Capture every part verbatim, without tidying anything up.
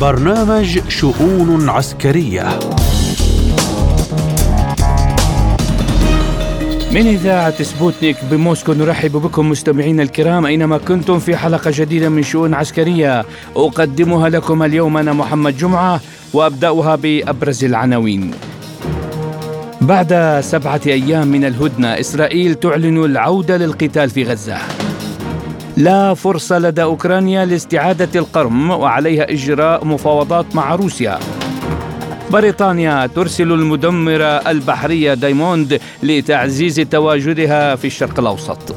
برنامج شؤون عسكرية من إذاعة سبوتنيك بموسكو. نرحب بكم مستمعينا الكرام أينما كنتم في حلقة جديدة من شؤون عسكرية أقدمها لكم اليوم أنا محمد جمعة، وأبدأها بأبرز العناوين. بعد سبعة أيام من الهدنة، إسرائيل تعلن العودة للقتال في غزة. لا فرصة لدى أوكرانيا لاستعادة القرم، وعليها إجراء مفاوضات مع روسيا. بريطانيا ترسل المدمرة البحرية دايموند لتعزيز تواجدها في الشرق الأوسط.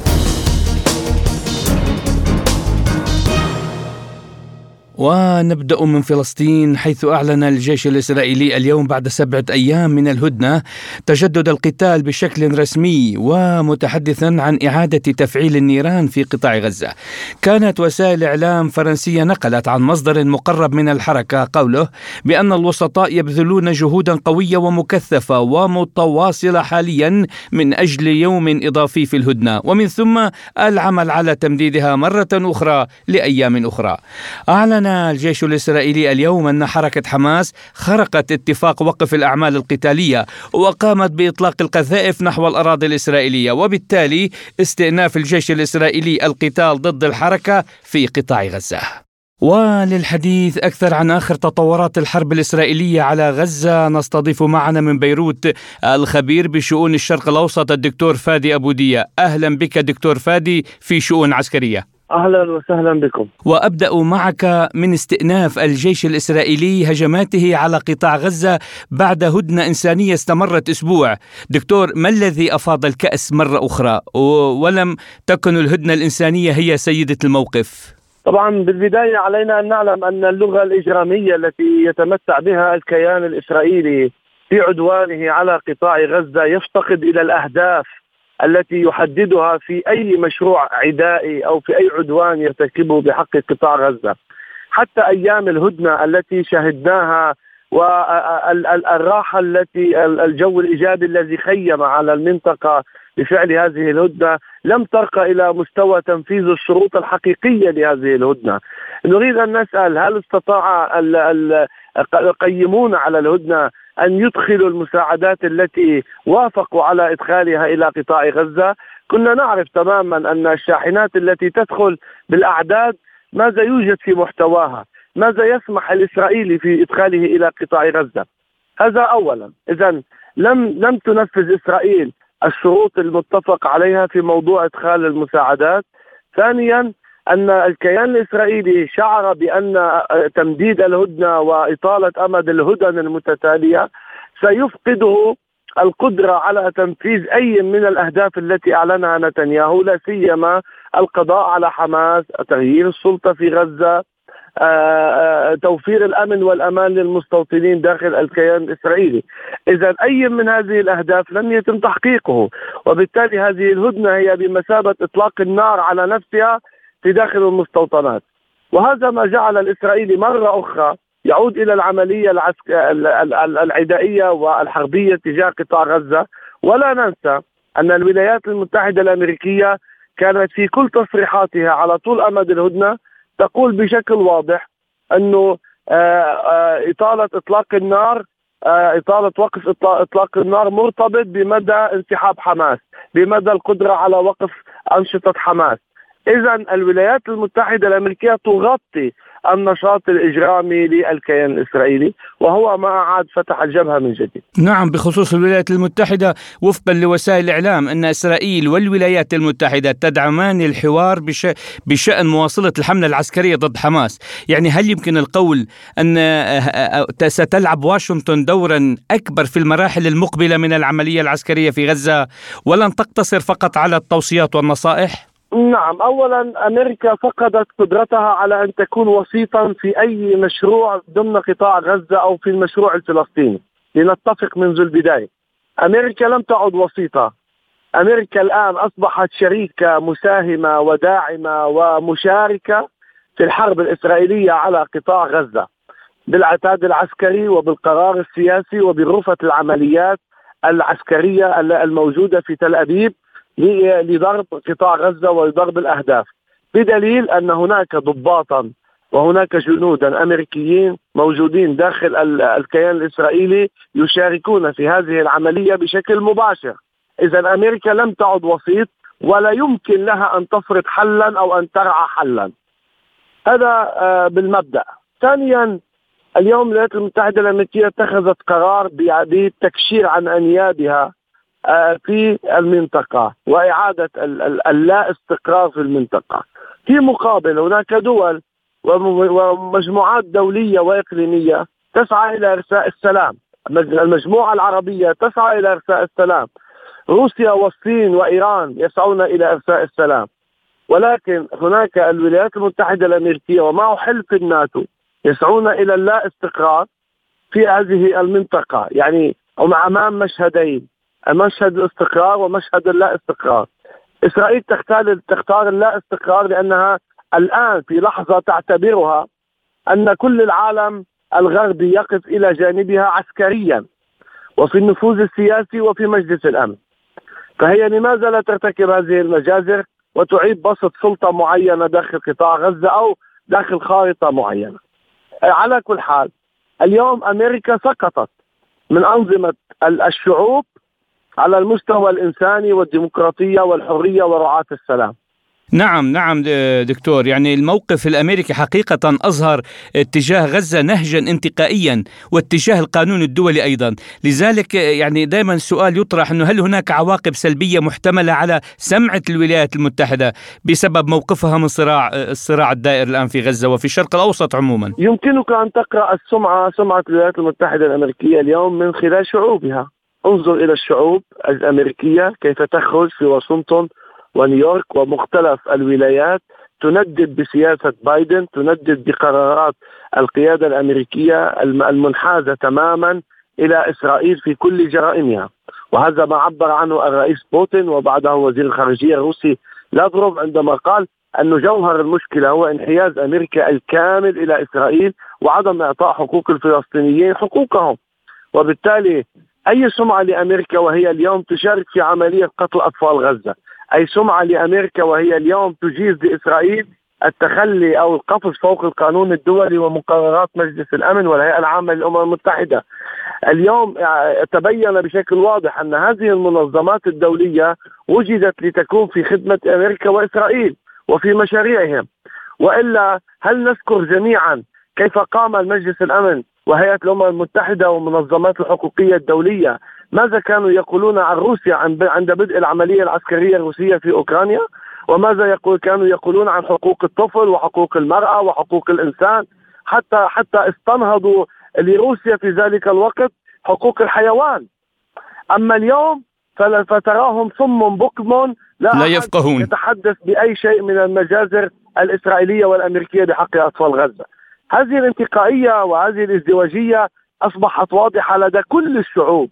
ونبدأ من فلسطين، حيث أعلن الجيش الإسرائيلي اليوم بعد سبعة أيام من الهدنة تجدد القتال بشكل رسمي، ومتحدثا عن إعادة تفعيل النيران في قطاع غزة. كانت وسائل إعلام فرنسية نقلت عن مصدر مقرب من الحركة قوله بأن الوسطاء يبذلون جهودا قوية ومكثفة ومتواصلة حاليا من أجل يوم إضافي في الهدنة، ومن ثم العمل على تمديدها مرة أخرى لأيام أخرى. أعلن الجيش الإسرائيلي اليوم أن حركة حماس خرقت اتفاق وقف الأعمال القتالية وقامت بإطلاق القذائف نحو الأراضي الإسرائيلية، وبالتالي استئناف الجيش الإسرائيلي القتال ضد الحركة في قطاع غزة. وللحديث أكثر عن آخر تطورات الحرب الإسرائيلية على غزة نستضيف معنا من بيروت الخبير بشؤون الشرق الأوسط الدكتور فادي أبو دية. أهلا بك دكتور فادي في شؤون عسكرية. أهلا وسهلا بكم. وأبدأ معك من استئناف الجيش الإسرائيلي هجماته على قطاع غزة بعد هدنة إنسانية استمرت أسبوع. دكتور، ما الذي أفاض الكأس مرة أخرى ولم تكن الهدنة الإنسانية هي سيدة الموقف؟ طبعا بالبداية علينا أن نعلم أن اللغة الإجرامية التي يتمتع بها الكيان الإسرائيلي في عدوانه على قطاع غزة يفتقد إلى الأهداف التي يحددها في أي مشروع عدائي أو في أي عدوان يرتكبه بحق قطاع غزة. حتى أيام الهدنة التي شهدناها والراحة التي الجو الإيجابي الذي خيم على المنطقة بفعل هذه الهدنة لم ترقى إلى مستوى تنفيذ الشروط الحقيقية لهذه الهدنة. نريد أن نسأل، هل استطاع القيمون على الهدنة أن يدخلوا المساعدات التي وافقوا على إدخالها إلى قطاع غزة؟ كنا نعرف تماما أن الشاحنات التي تدخل بالأعداد ماذا يوجد في محتواها، ماذا يسمح الإسرائيلي في إدخاله إلى قطاع غزة. هذا أولا. إذن لم لم تنفذ إسرائيل الشروط المتفق عليها في موضوع إدخال المساعدات. ثانيا، أن الكيان الإسرائيلي شعر بأن تمديد الهدنة وإطالة أمد الهدن المتتالية سيفقده القدرة على تنفيذ أي من الأهداف التي أعلنها نتنياهو، لا سيما القضاء على حماس، تغيير السلطة في غزة، توفير الأمن والأمان للمستوطنين داخل الكيان الإسرائيلي. إذا أي من هذه الأهداف لم يتم تحقيقه، وبالتالي هذه الهدنة هي بمثابة إطلاق النار على نفسها في داخل المستوطنات. وهذا ما جعل الإسرائيلي مرة أخرى يعود إلى العملية العسك... العدائية والحربية تجاه قطاع غزة. ولا ننسى أن الولايات المتحدة الأمريكية كانت في كل تصريحاتها على طول أمد الهدنة تقول بشكل واضح أنه إطالة إطلاق النار إطالة وقف إطلاق النار مرتبط بمدى انسحاب حماس، بمدى القدرة على وقف أنشطة حماس. إذن الولايات المتحدة الأمريكية تغطي النشاط الإجرامي للكيان الإسرائيلي، وهو ما أعاد فتح الجبهة من جديد. نعم، بخصوص الولايات المتحدة، وفقا لوسائل الإعلام أن إسرائيل والولايات المتحدة تدعمان الحوار بش... بشأن مواصلة الحملة العسكرية ضد حماس. يعني هل يمكن القول أن ستلعب واشنطن دورا أكبر في المراحل المقبلة من العملية العسكرية في غزة ولن تقتصر فقط على التوصيات والنصائح؟ نعم، أولا أمريكا فقدت قدرتها على أن تكون وسيطا في أي مشروع ضمن قطاع غزة أو في المشروع الفلسطيني. لنتفق منذ البداية، أمريكا لم تعد وسيطة. أمريكا الآن أصبحت شريكة مساهمة وداعمة ومشاركة في الحرب الإسرائيلية على قطاع غزة بالعتاد العسكري وبالقرار السياسي وبغرفة العمليات العسكرية الموجودة في تل أبيب لضرب قطاع غزة ولضرب الأهداف، بدليل أن هناك ضباطا وهناك جنودا أمريكيين موجودين داخل الكيان الإسرائيلي يشاركون في هذه العملية بشكل مباشر. إذا أمريكا لم تعد وسيط ولا يمكن لها أن تفرض حلا أو أن ترعى حلا. هذا بالمبدأ. ثانيا، اليوم الولايات المتحدة الأمريكية اتخذت قرار بالتكشير عن أنيابها في المنطقة وإعادة اللا استقرار في المنطقة. في مقابل هناك دول ومجموعات دولية وإقليمية تسعى إلى إرساء السلام. المجموعة العربية تسعى إلى إرساء السلام، روسيا والصين وإيران يسعون إلى إرساء السلام، ولكن هناك الولايات المتحدة الأمريكية ومعه حلف الناتو يسعون إلى اللا استقرار في هذه المنطقة. يعني هم أمام مشهدين، مشهد الاستقرار ومشهد اللا استقرار. إسرائيل تختار تختار اللا استقرار لأنها الآن في لحظة تعتبرها أن كل العالم الغربي يقف إلى جانبها عسكريا وفي النفوذ السياسي وفي مجلس الأمن. فهي لماذا لا ترتكب هذه المجازر وتعيد بسط سلطة معينة داخل قطاع غزة أو داخل خارطة معينة؟ على كل حال، اليوم أمريكا سقطت من أنظمة الشعوب على المستوى الإنساني والديمقراطية والحرية ورعاة السلام. نعم نعم دكتور، يعني الموقف الأمريكي حقيقة أظهر اتجاه غزة نهجا انتقائيا واتجاه القانون الدولي أيضا. لذلك يعني دائما السؤال يطرح أنه هل هناك عواقب سلبية محتملة على سمعة الولايات المتحدة بسبب موقفها من صراع الصراع الدائر الآن في غزة وفي الشرق الأوسط عموما؟ يمكنك أن تقرأ السمعة سمعة الولايات المتحدة الأمريكية اليوم من خلال شعوبها. انظر إلى الشعوب الأمريكية كيف تخرج في واشنطن ونيويورك ومختلف الولايات تندد بسياسة بايدن، تندد بقرارات القيادة الأمريكية المنحازة تماما إلى إسرائيل في كل جرائمها. وهذا ما عبر عنه الرئيس بوتين وبعده وزير الخارجية الروسي لافروف عندما قال أن جوهر المشكلة هو انحياز أمريكا الكامل إلى إسرائيل وعدم إعطاء حقوق الفلسطينيين حقوقهم. وبالتالي أي سمعة لأمريكا وهي اليوم تشارك في عملية قتل أطفال غزة، أي سمعة لأمريكا وهي اليوم تجيز لإسرائيل التخلي أو القفز فوق القانون الدولي ومقررات مجلس الأمن والهيئة العامة للأمم المتحدة. اليوم تبين بشكل واضح أن هذه المنظمات الدولية وجدت لتكون في خدمة أمريكا وإسرائيل وفي مشاريعهم. وإلا هل نذكر جميعا كيف قام المجلس الأمن وهيئة الأمم المتحدة ومنظمات الحقوقية الدولية ماذا كانوا يقولون عن روسيا عند بدء العملية العسكرية الروسية في أوكرانيا، وماذا يقول كانوا يقولون عن حقوق الطفل وحقوق المرأة وحقوق الإنسان، حتى حتى استنهضوا لروسيا في ذلك الوقت حقوق الحيوان. أما اليوم فتراهم صم بكم لا, لا يفقهون يتحدث بأي شيء من المجازر الإسرائيلية والأمريكية بحق أطفال غزة. هذه الانتقائية وهذه الازدواجية أصبحت واضحة لدى كل الشعوب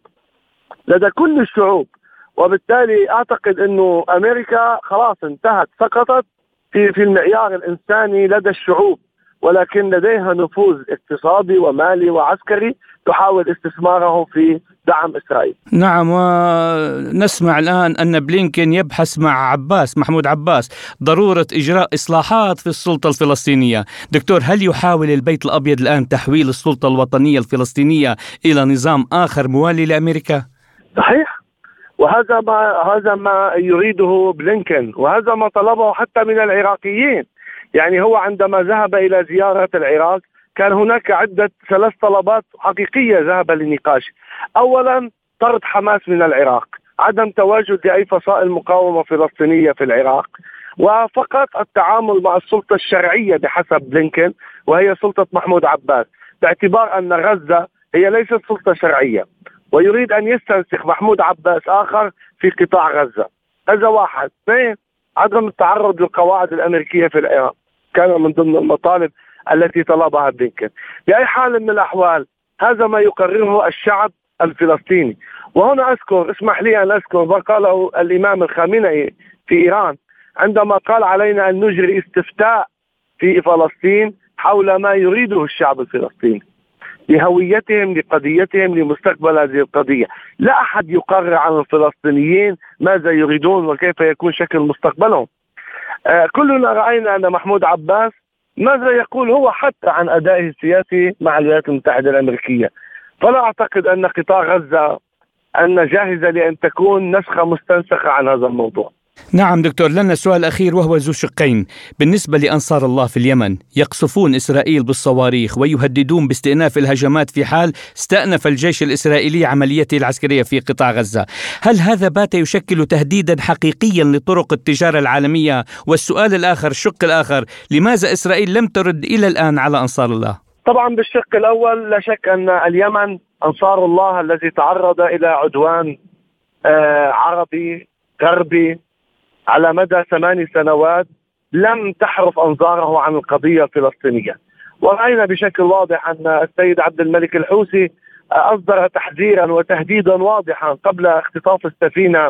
لدى كل الشعوب وبالتالي أعتقد أنه أمريكا خلاص انتهت، سقطت في في المعيار الإنساني لدى الشعوب، ولكن لديها نفوذ اقتصادي ومالي وعسكري تحاول استثماره في دعم إسرائيل. نعم، ونسمع الآن أن بلينكين يبحث مع عباس محمود عباس ضرورة إجراء إصلاحات في السلطة الفلسطينية. دكتور، هل يحاول البيت الأبيض الآن تحويل السلطة الوطنية الفلسطينية إلى نظام آخر موالي لأمريكا؟ صحيح، وهذا ما هذا ما يريده بلينكين، وهذا ما طلبه حتى من العراقيين. يعني هو عندما ذهب إلى زيارة العراق كان هناك عدة ثلاث طلبات حقيقية ذهب للنقاش. أولا طرد حماس من العراق، عدم تواجد لأي فصائل مقاومة فلسطينية في العراق، وفقط التعامل مع السلطة الشرعية بحسب بلينكين وهي سلطة محمود عباس، باعتبار أن غزة هي ليست سلطة شرعية، ويريد أن يستنسخ محمود عباس آخر في قطاع غزة. هذا واحد. اثنين، عدم التعرض للقواعد الأمريكية في العراق كان من ضمن المطالب التي طلبها بلينكين. بأي حال من الأحوال هذا ما يقرره الشعب الفلسطيني. وهنا أذكر، اسمح لي أن أذكر ما قاله الإمام الخامنئي في إيران عندما قال علينا أن نجري استفتاء في فلسطين حول ما يريده الشعب الفلسطيني لهويتهم، لقضيتهم، لمستقبل هذه القضية. لا أحد يقرر عن الفلسطينيين ماذا يريدون وكيف يكون شكل مستقبلهم. آه كلنا رأينا أن محمود عباس ماذا يقول هو حتى عن أدائه السياسي مع الولايات المتحدة الأمريكية. فلا أعتقد أن قطاع غزة أن جاهزة لأن تكون نسخة مستنسخة عن هذا الموضوع. نعم دكتور، لنا سؤال أخير وهو ذو شقين. بالنسبة لأنصار الله في اليمن، يقصفون إسرائيل بالصواريخ ويهددون باستئناف الهجمات في حال استأنف الجيش الإسرائيلي عمليته العسكرية في قطاع غزة. هل هذا بات يشكل تهديدا حقيقيا لطرق التجارة العالمية؟ والسؤال الآخر، الشق الآخر، لماذا إسرائيل لم ترد إلى الآن على أنصار الله؟ طبعا بالشق الأول لا شك أن اليمن أنصار الله الذي تعرض إلى عدوان آه عربي غربي على مدى ثماني سنوات لم تحرف أنظاره عن القضية الفلسطينية. ورأينا بشكل واضح أن السيد عبد الملك الحوثي أصدر تحذيرا وتهديدا واضحا قبل اختطاف السفينة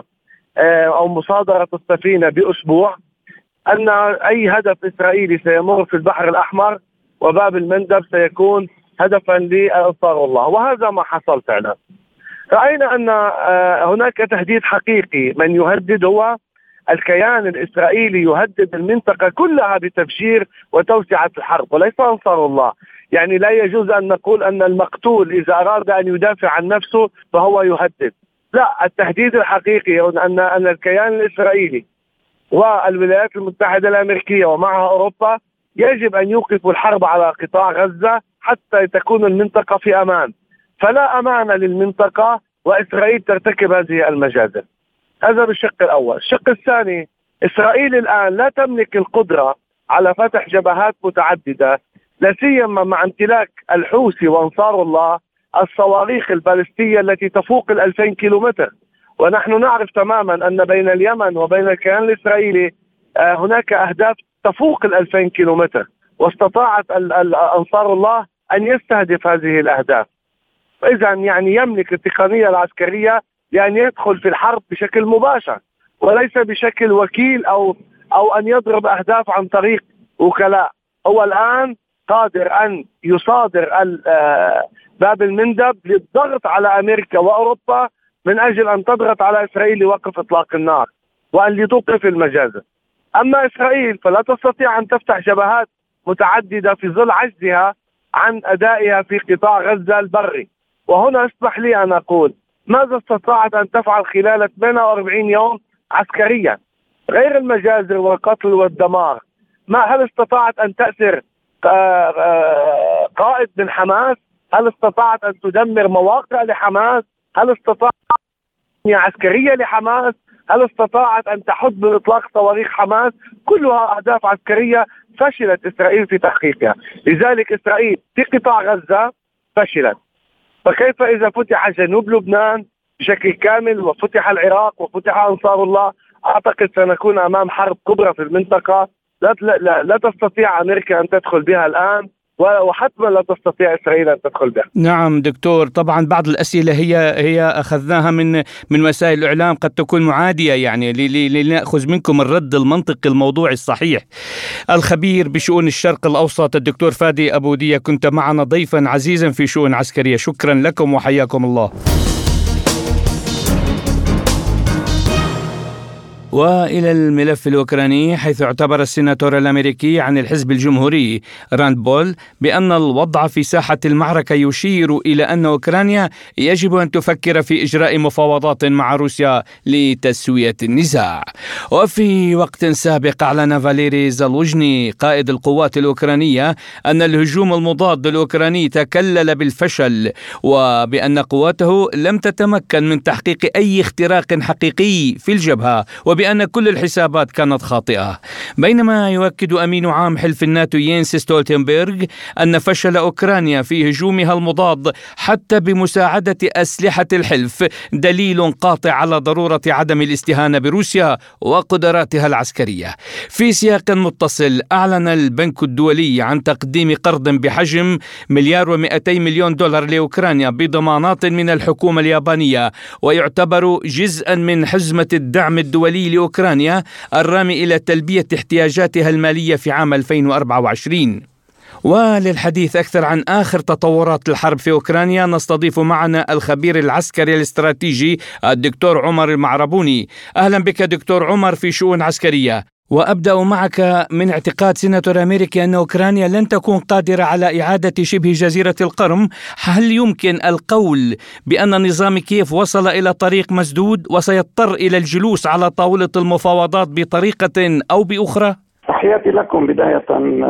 أو مصادرة السفينة بأسبوع أن أي هدف إسرائيلي سيمر في البحر الأحمر وباب المندب سيكون هدفا لأنصار الله، وهذا ما حصل فعلا. رأينا أن هناك تهديد حقيقي، من يهدد هو الكيان الإسرائيلي، يهدد المنطقة كلها بتفجير وتوسعة الحرب وليس أنصار الله. يعني لا يجوز أن نقول أن المقتول إذا أراد أن يدافع عن نفسه فهو يهدد، لا، التهديد الحقيقي أن أن الكيان الإسرائيلي والولايات المتحدة الأمريكية ومعها أوروبا يجب أن يوقفوا الحرب على قطاع غزة حتى تكون المنطقة في أمان. فلا أمان للمنطقة وإسرائيل ترتكب هذه المجازر. هذا بالشق الأول. الشق الثاني، إسرائيل الآن لا تملك القدرة على فتح جبهات متعددة، لا سيما مع امتلاك الحوثي وأنصار الله الصواريخ البالستية التي تفوق الألفين كيلومتر. ونحن نعرف تماما أن بين اليمن وبين الكيان الإسرائيلي هناك أهداف تفوق الألفين كيلومتر، واستطاعت أنصار الله أن يستهدف هذه الأهداف. إذا يعني يملك التقنية العسكرية لأن يدخل في الحرب بشكل مباشر وليس بشكل وكيل أو أو أن يضرب أهداف عن طريق وكلاء. هو الآن قادر أن يصادر باب المندب للضغط على أمريكا وأوروبا من أجل أن تضغط على إسرائيل لوقف إطلاق النار وأن لتوقف المجازر. أما إسرائيل فلا تستطيع أن تفتح جبهات متعددة في ظل عجزها عن أدائها في قطاع غزة البري. وهنا اسمح لي أن أقول ماذا استطاعت أن تفعل خلال ثمانية وأربعين يوم عسكريا غير المجازر والقتل والدمار؟ ما هل استطاعت أن تأسر قائد من حماس؟ هل استطاعت أن تدمر مواقع لحماس؟ هل استطاعت عسكرية لحماس؟ هل استطاعت أن تحد بإطلاق صواريخ حماس؟ كلها أهداف عسكرية فشلت إسرائيل في تحقيقها. لذلك إسرائيل في قطاع غزة فشلت، فكيف إذا فتح جنوب لبنان بشكل كامل وفتح العراق وفتح أنصار الله؟ أعتقد سنكون أمام حرب كبرى في المنطقة لا, لا, لا تستطيع أمريكا أن تدخل بها الآن، وحتما لا تستطيع إسرائيل أن تدخل بها. نعم دكتور، طبعا بعض الأسئلة هي هي أخذناها من من وسائل الإعلام قد تكون معادية، يعني لنأخذ منكم الرد المنطقي الموضوعي الصحيح. الخبير بشؤون الشرق الأوسط الدكتور فادي أبو دية، كنت معنا ضيفا عزيزا في شؤون عسكرية، شكرا لكم وحياكم الله. وإلى الملف الأوكراني، حيث اعتبر السيناتور الأمريكي عن الحزب الجمهوري راند بول بأن الوضع في ساحة المعركة يشير إلى أن أوكرانيا يجب أن تفكر في إجراء مفاوضات مع روسيا لتسوية النزاع. وفي وقت سابق أعلن فاليري زالوجني قائد القوات الأوكرانية أن الهجوم المضاد الأوكراني تكلل بالفشل، وبأن قواته لم تتمكن من تحقيق أي اختراق حقيقي في الجبهة، وب بأن كل الحسابات كانت خاطئة. بينما يؤكد أمين عام حلف الناتو يينس ستولتنبرغ أن فشل أوكرانيا في هجومها المضاد حتى بمساعدة أسلحة الحلف دليل قاطع على ضرورة عدم الاستهانة بروسيا وقدراتها العسكرية. في سياق متصل، أعلن البنك الدولي عن تقديم قرض بحجم مليار ومئتي مليون دولار لأوكرانيا بضمانات من الحكومة اليابانية، ويعتبر جزءا من حزمة الدعم الدولي لأوكرانيا الرامي إلى تلبية احتياجاتها المالية في عام ألفين وأربعة وعشرين. وللحديث أكثر عن آخر تطورات الحرب في أوكرانيا نستضيف معنا الخبير العسكري الاستراتيجي الدكتور عمر المعربوني. أهلا بك دكتور عمر في شؤون عسكرية. وأبدأ معك من اعتقاد سيناتور أمريكي أن أوكرانيا لن تكون قادرة على إعادة شبه جزيرة القرم. هل يمكن القول بأن نظام كييف وصل إلى طريق مسدود وسيضطر إلى الجلوس على طاولة المفاوضات بطريقة أو بأخرى؟ تحياتي لكم بداية.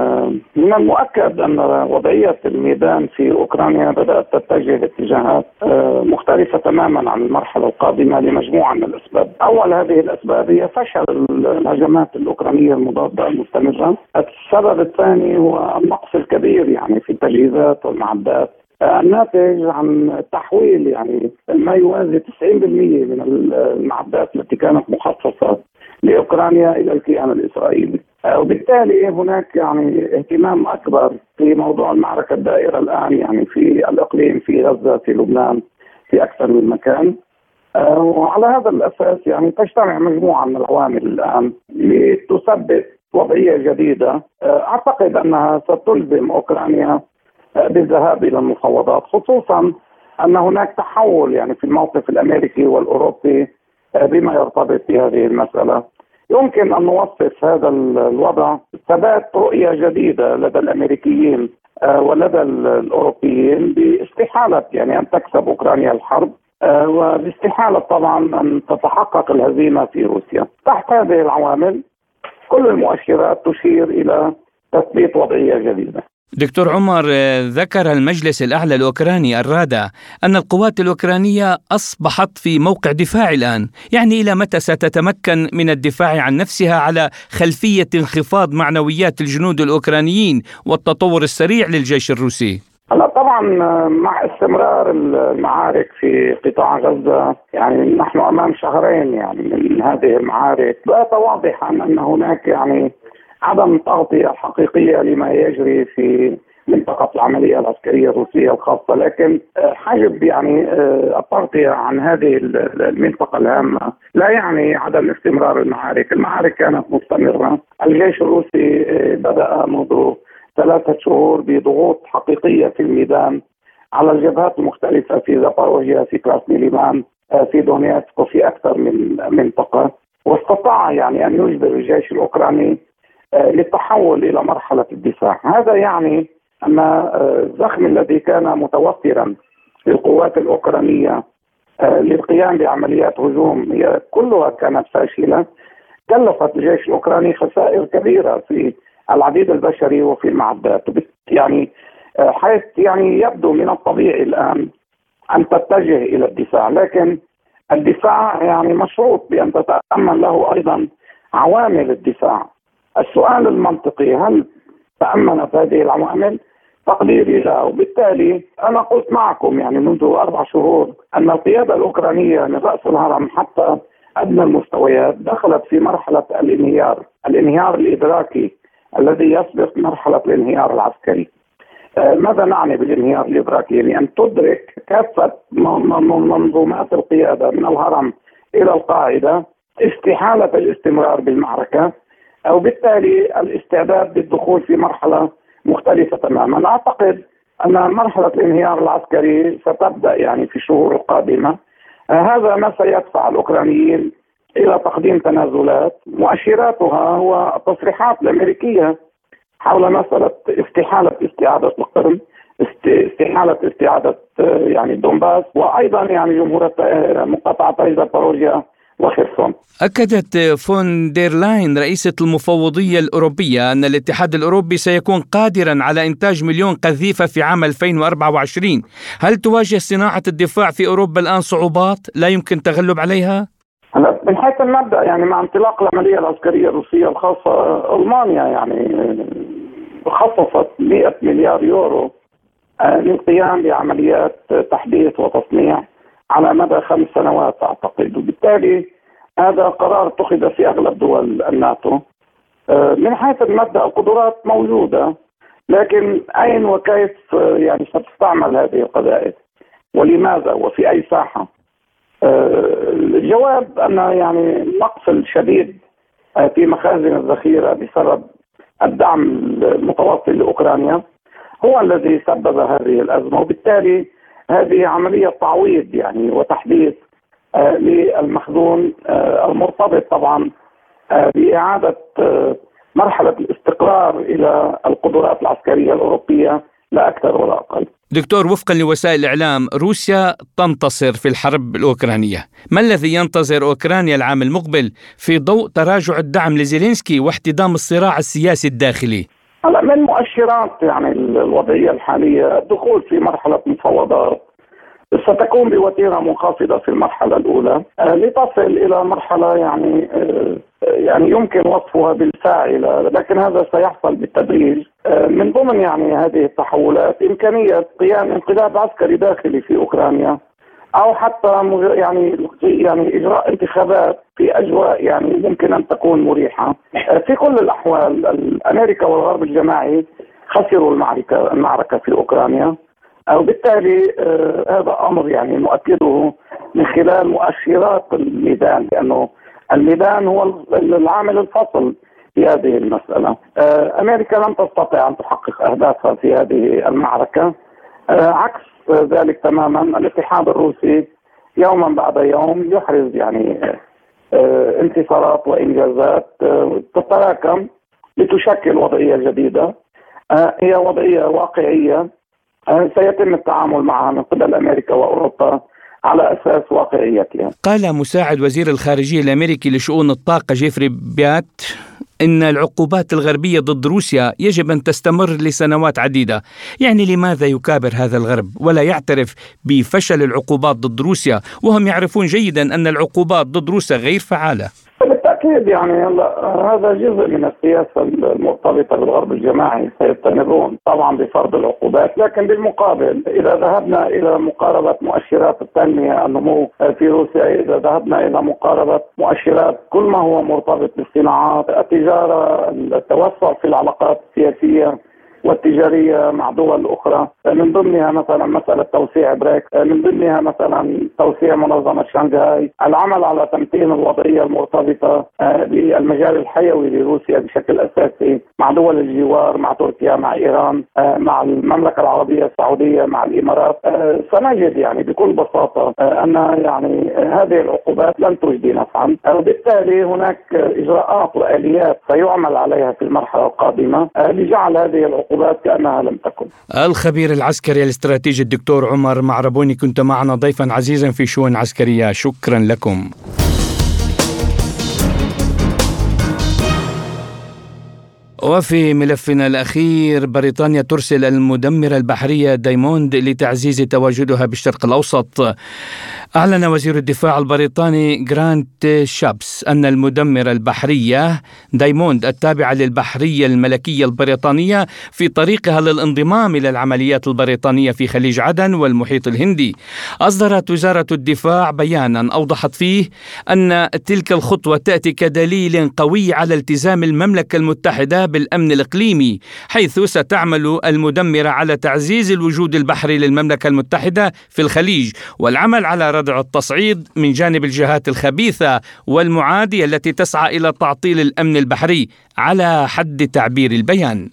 من المؤكد أن وضعية الميدان في أوكرانيا بدأت تتجه اتجاهات مختلفة تماما عن المرحلة القادمة لمجموعة من الأسباب. أول هذه الأسباب هي فشل الهجمات الأوكرانية المضادة المستمرة. السبب الثاني هو النقص الكبير يعني في التجهيزات والمعدات الناتج عن تحويل يعني ما يوازي تسعين بالمئة من المعدات التي كانت مخصصة لأوكرانيا إلى الكيان الإسرائيلي، وبالتالي هناك يعني اهتمام أكبر في موضوع المعركة الدائرة الآن يعني في الإقليم، في غزة، في لبنان، في أكثر من مكان. وعلى هذا الأساس يعني تجتمع مجموعة من العوامل الآن لتثبت وضعية جديدة أعتقد أنها ستلزم أوكرانيا بالذهاب إلى المفاوضات، خصوصا أن هناك تحول يعني في الموقف الأمريكي والأوروبي بما يرتبط بهذه المسألة. يمكن أن نوصف هذا الوضع ثبات رؤية جديدة لدى الأمريكيين ولدى الأوروبيين باستحالة يعني أن تكسب أوكرانيا الحرب، وباستحالة طبعا أن تتحقق الهزيمة في روسيا. تحت هذه العوامل كل المؤشرات تشير إلى تثبيت وضعية جديدة. دكتور عمر، ذكر المجلس الأعلى الأوكراني الرادع أن القوات الأوكرانية أصبحت في موقع دفاع الآن، يعني إلى متى ستتمكن من الدفاع عن نفسها على خلفية انخفاض معنويات الجنود الأوكرانيين والتطور السريع للجيش الروسي؟ هلا طبعا مع استمرار المعارك في قطاع غزة يعني نحن أمام شهرين يعني من هذه المعارك، بات واضحا أن هناك يعني عدم تغطية حقيقية لما يجري في منطقة العملية العسكرية الروسية الخاصة، لكن حجب يعني التغطية عن هذه المنطقة الهامة لا يعني عدم استمرار المعارك. المعارك كانت مستمرة. الجيش الروسي بدأ منذ ثلاثة شهور بضغوط حقيقية في الميدان على الجبهات المختلفة في زاباروجيا، في كراسني ليمان، في دونيتسك، وفي أكثر من منطقة، واستطاع يعني أن يجبر الجيش الأوكراني للتحول إلى مرحلة الدفاع. هذا يعني أن الزخم الذي كان متوفرا للقوات الأوكرانية للقيام بعمليات هجوم هي كلها كانت فاشلة، كلفت الجيش الأوكراني خسائر كبيرة في العديد البشري وفي المعدات، يعني حيث يعني يبدو من الطبيعي الآن أن تتجه إلى الدفاع، لكن الدفاع يعني مشروط بأن تتأمن له أيضا عوامل الدفاع. السؤال المنطقي: هل تأمنت هذه العوامل؟ تقديري لا، وبالتالي أنا قلت معكم يعني منذ أربع شهور أن القيادة الأوكرانية من رأس الهرم حتى أدنى المستويات دخلت في مرحلة الانهيار، الانهيار الإدراكي الذي يسبق مرحلة الانهيار العسكري. آه ماذا نعني بالانهيار الإدراكي؟ يعني أن تدرك كافة منظومات القيادة من الهرم إلى القاعدة استحالة الاستمرار بالمعركة، أو بالتالي الاستعداد للدخول في مرحلة مختلفة تماما. أعتقد أن مرحلة الانهيار العسكري ستبدأ يعني في الشهور القادمة. آه هذا ما سيدفع الأوكرانيين إلى تقديم تنازلات مؤشراتها هو التصريحات الأمريكية حول مسألة استحالة استعادة القرم، استحالة استعادة يعني دونباس، وأيضا يعني جمهورية مقاطعة زاباروجيا وخرسون. أكدت فون دير لاين رئيسة المفوضية الأوروبية أن الاتحاد الأوروبي سيكون قادرا على إنتاج مليون قذيفة في عام ألفين وأربعة وعشرين. هل تواجه صناعة الدفاع في أوروبا الآن صعوبات لا يمكن التغلب عليها؟ هلا من حيث المبدأ يعني مع انطلاق العملية العسكرية الروسية الخاصة، ألمانيا يعني خصصت مئة مليار يورو للقيام بعمليات تحديث وتصنيع على مدى خمس سنوات أعتقد، وبالتالي هذا قرار اتخذ في أغلب دول الناتو. من حيث المبدأ القدرات موجودة، لكن أين وكيف يعني ستستعمل هذه القذائف ولماذا وفي أي ساحة؟ الجواب أن يعني نقص الشديد في مخازن الذخيرة بسبب الدعم المتواصل لأوكرانيا هو الذي سبب هذه الأزمة، وبالتالي هذه عملية تعويض يعني وتحديث للمخزون المرتبط طبعا بإعادة مرحلة الاستقرار إلى القدرات العسكرية الأوروبية لا أكثر ولا أقل. دكتور، وفقا لوسائل الإعلام روسيا تنتصر في الحرب الأوكرانية، ما الذي ينتظر أوكرانيا العام المقبل في ضوء تراجع الدعم لزيلينسكي واحتدام الصراع السياسي الداخلي؟ هلا من مؤشرات يعني الوضعية الحالية الدخول في مرحلة مفاوضات ستكون بوتيرة منخفضة في المرحلة الأولى لتصل إلى مرحلة يعني يعني يمكن وصفها بالفاعلة، لكن هذا سيحصل بالتدريج. من ضمن يعني هذه التحولات إمكانية قيام انقلاب عسكري داخلي في أوكرانيا، أو حتى يعني يعني إجراء انتخابات في أجواء يعني يمكن أن تكون مريحة. في كل الأحوال أمريكا والغرب الجماعي خسروا المعركة المعركة في أوكرانيا، وبالتالي آه هذا أمر يعني نؤكده من خلال مؤشرات الميدان، لأنه الميدان هو العامل الفصل في هذه المسألة. آه أمريكا لم تستطع أن تحقق أهدافها في هذه المعركة، آه عكس ذلك تماما الاتحاد الروسي يوما بعد يوم يحرز يعني آه انتصارات وإنجازات آه تتراكم لتشكل وضعية جديدة، آه هي وضعية واقعية سيتم التعامل معها من قبل أمريكا وأوروبا على أساس واقعيتها. قال مساعد وزير الخارجية الأمريكي لشؤون الطاقة جيفري بيات إن العقوبات الغربية ضد روسيا يجب أن تستمر لسنوات عديدة. يعني لماذا يكابر هذا الغرب ولا يعترف بفشل العقوبات ضد روسيا وهم يعرفون جيدا أن العقوبات ضد روسيا غير فعالة؟ بالتأكيد يعني هذا جزء من السياسة المرتبطة بالغرب الجماعي، سيستمرون طبعا بفرض العقوبات، لكن بالمقابل إذا ذهبنا إلى مقاربة مؤشرات التنمية النمو في روسيا، إذا ذهبنا إلى مقاربة مؤشرات كل ما هو مرتبط بالصناعات، التجارة، التوسع في العلاقات السياسية والتجارية مع دول أخرى، من ضمنها مثلا مسألة توسيع بريكس، من ضمنها مثلا توسيع منظمة شنغهاي، العمل على تمتين الوضعية المرتبطة بالمجال الحيوي لروسيا بشكل أساسي مع دول الجوار، مع تركيا، مع إيران، مع المملكة العربية السعودية، مع الإمارات. سنجد يعني بكل بساطة أن يعني هذه العقوبات لن تجدي نفعا، وبالتالي هناك إجراءات وآليات سيعمل عليها في المرحلة القادمة لجعل هذه العقوبات كأنها لم تكن. الخبير العسكري الاستراتيجي الدكتور عمر معربوني، كنت معنا ضيفا عزيزا في شؤون عسكرية، شكرا لكم. وفي ملفنا الأخير، بريطانيا ترسل المدمرة البحرية دايموند لتعزيز تواجدها بالشرق الأوسط. أعلن وزير الدفاع البريطاني جرانت شابس أن المدمرة البحرية دايموند التابعة للبحرية الملكية البريطانية في طريقها للانضمام إلى العمليات البريطانية في خليج عدن والمحيط الهندي. أصدرت وزارة الدفاع بيانا أوضحت فيه أن تلك الخطوة تأتي كدليل قوي على التزام المملكة المتحدة بالأمن الإقليمي، حيث ستعمل المدمرة على تعزيز الوجود البحري للمملكة المتحدة في الخليج والعمل على ردع التصعيد من جانب الجهات الخبيثة والمعادية التي تسعى إلى تعطيل الأمن البحري على حد تعبير البيان.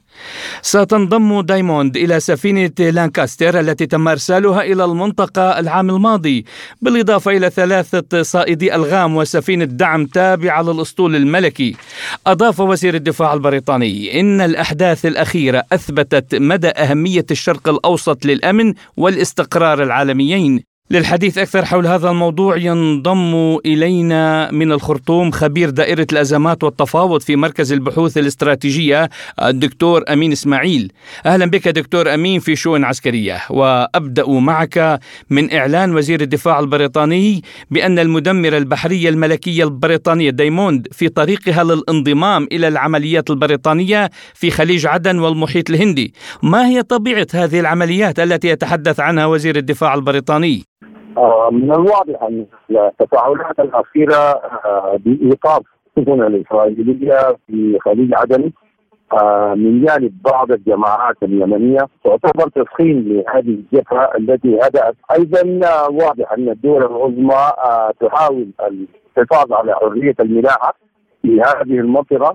ستنضم دايموند إلى سفينة لانكاستر التي تم إرسالها إلى المنطقة العام الماضي، بالإضافة إلى ثلاثة صائدي ألغام وسفينة دعم تابعة للأسطول الملكي. أضاف وزير الدفاع البريطاني إن الأحداث الأخيرة أثبتت مدى أهمية الشرق الأوسط للأمن والاستقرار العالميين. للحديث أكثر حول هذا الموضوع ينضم إلينا من الخرطوم خبير دائرة الأزمات والتفاوض في مركز البحوث الاستراتيجية الدكتور أمين إسماعيل. أهلا بك دكتور أمين في شؤون عسكرية، وأبدأ معك من إعلان وزير الدفاع البريطاني بأن المدمرة البحرية الملكية البريطانية دايموند في طريقها للانضمام إلى العمليات البريطانية في خليج عدن والمحيط الهندي. ما هي طبيعة هذه العمليات التي يتحدث عنها وزير الدفاع البريطاني؟ من الواضح أن التفاعلات الأخيرة بإيقاف السفن الإسرائيلية في خليج عدن من جانب بعض الجماعات اليمنية تعتبر تسخين لهذه الجبهة التي هدأت. أيضا واضح أن الدول العظمى تحاول الحفاظ على حرية الملاحة في هذه المنطقة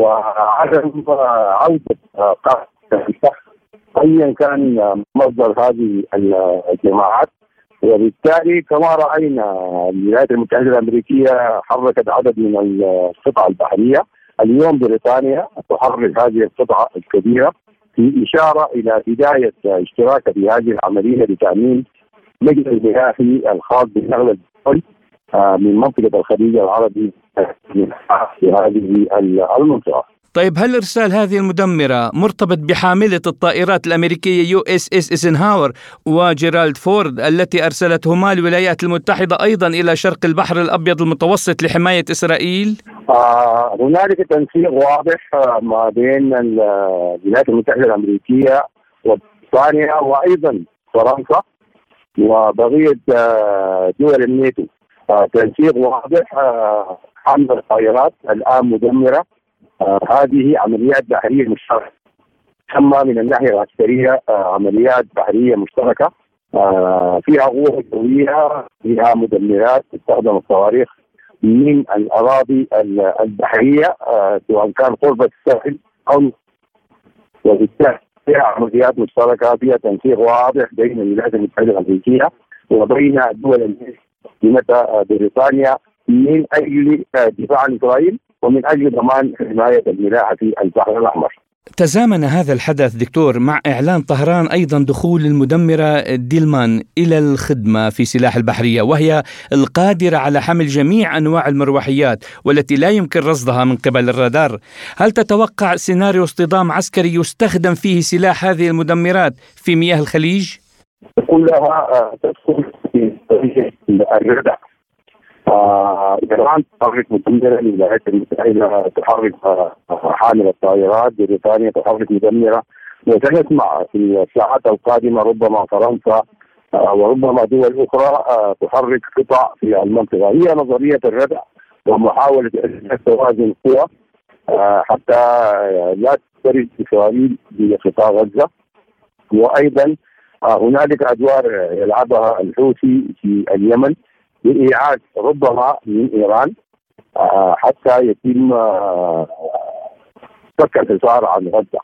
وعدم عودة قاعدة الفحص أيا كان مصدر هذه الجماعات. وبالتالي كما رأينا الولايات المتحدة الأمريكية حركت عدد من القطع البحرية. اليوم بريطانيا تحرك هذه القطعة الكبيرة في إشارة إلى بداية اشتراكها في هذه العملية لتأمين مجرى المياه الخاص بالنقل البحري من منطقة الخليج العربي في هذه المنطقة. طيب، هل إرسال هذه المدمرة مرتبط بحاملة الطائرات الأمريكية يو إس إس إيسنهاور وجيرالد فورد التي أرسلتهما الولايات المتحدة أيضا إلى شرق البحر الأبيض المتوسط لحماية إسرائيل؟ آه هنالك تنسيق واضح ما بين الولايات المتحدة الأمريكية وبريطانيا وأيضا فرنسا وبقية دول الناتو. آه تنسيق واضح. آه حمل الطائرات الآن مدمرة. آه هذه عمليات بحرية مشتركة تسمى من الناحية العسكرية آه عمليات بحرية مشتركة. آه فيها قوة جوية، فيها مدمرات تستخدم الصواريخ من الأراضي البحرية آه سواء كان قرب الساحل أو، وبالتالي فيها عمليات مشتركة، فيها تنسيق واضح بين الولايات المتحدة الأمريكية وبين الدول مثل بريطانيا من أجل دفاع عن إسرائيل ومن أجل ضمان حماية الملاحة في البحر الأحمر. تزامن هذا الحدث دكتور مع إعلان طهران أيضا دخول المدمرة ديلمان إلى الخدمة في سلاح البحرية، وهي القادرة على حمل جميع أنواع المروحيات والتي لا يمكن رصدها من قبل الرادار. هل تتوقع سيناريو اصطدام عسكري يستخدم فيه سلاح هذه المدمرات في مياه الخليج؟ كلها تدخل في الردع. إيران تحرك مدمرة، الولايات المتحدة تحرك حامل الطائرات، بريطانيا تحرك مدمرة، وسنسمع في الساعات القادمة ربما فرنسا وربما دول أخرى تحرك قطع في المنطقة. هي نظرية الردع ومحاولة توازن قوى حتى لا تفترس إسرائيل بقطاع غزة. وأيضا هنالك أدوار يلعبها الحوثي في اليمن لإيعاد ربما من إيران حتى يتم فك الحصار عن غزة.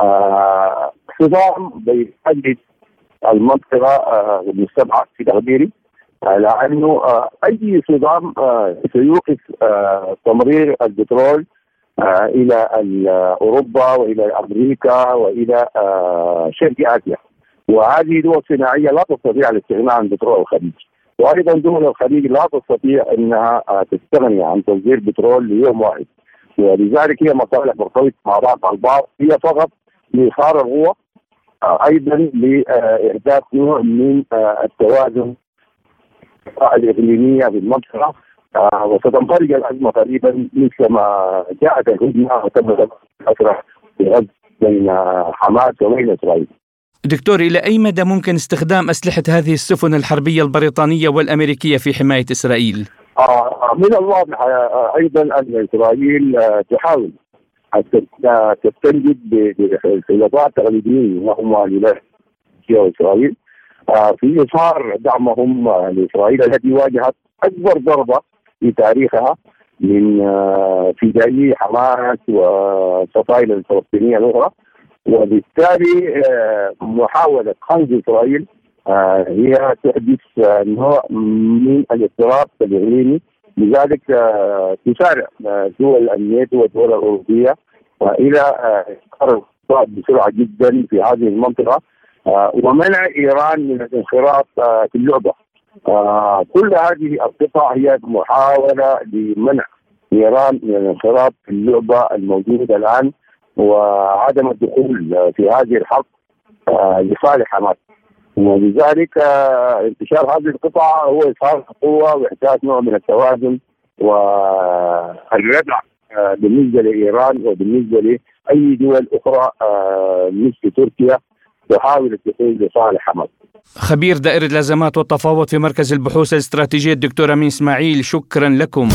صدام بيحدد المنطقة المستبعد في تقديري، لأنه أي صدام سيوقف تمرير البترول إلى أوروبا وإلى أمريكا وإلى شرق آسيا، وهذه دول صناعية لا تستطيع الاستغناء عن بترول الخليج، وأيضا دول الخليج لا تستطيع أنها تستغني عن تصدير بترول ليوم واحد، ولذلك هي مصالح مرتبطة مع بعض البعض. هي فقط لإثارة القوة، أيضا لإحداث نوع من التوازن الإقليمية في المنطقة، وستنفرج الأزمة قريبا مثل ما جاءت الهجمة وتم أسرع في غزة بين حماس وبين إسرائيل. دكتور، إلى أي مدى ممكن استخدام أسلحة هذه السفن الحربية البريطانية والأمريكية في حماية إسرائيل؟ آه من الواضح آه أيضا أن إسرائيل آه تحاول أن تستنجد بالحلفاء التقليديين وهم الولايات وإسرائيل آه في إظهار دعمهم آه لإسرائيل التي واجهت أكبر ضربة في تاريخها من آه فدائي حماس والفصائل الفلسطينية الأخرى، وبالتالي محاولة خنق إسرائيل هي تحدث نوع من الاضطراب الإقليمي. لذلك تسارع دول الناتو والدول الأوروبية إلى إسقاط بسرعة جدا في هذه المنطقة ومنع إيران من الانخراط في اللعبة. كل هذه القطع هي محاولة لمنع إيران من الانخراط في اللعبة الموجودة الآن وعدم الدخول في هذه الحرب لصالح حماس، ولذلك انتشار هذه القطع هو إظهار قوة وإحداث نوع من التوازن والردع بالنسبة لإيران وبالنسبة لأي دول أخرى مثل تركيا تحاول الدخول لصالح حماس. خبير دائرة الأزمات والتفاوض في مركز البحوث الاستراتيجية الدكتور أمين إسماعيل، شكرا لكم.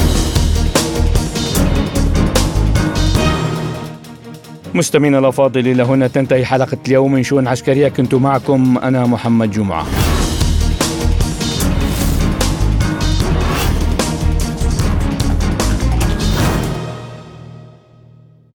مستمعينا الأفاضل، إلى هنا تنتهي حلقة اليوم من شؤون عسكرية. كنت معكم أنا محمد جمعة.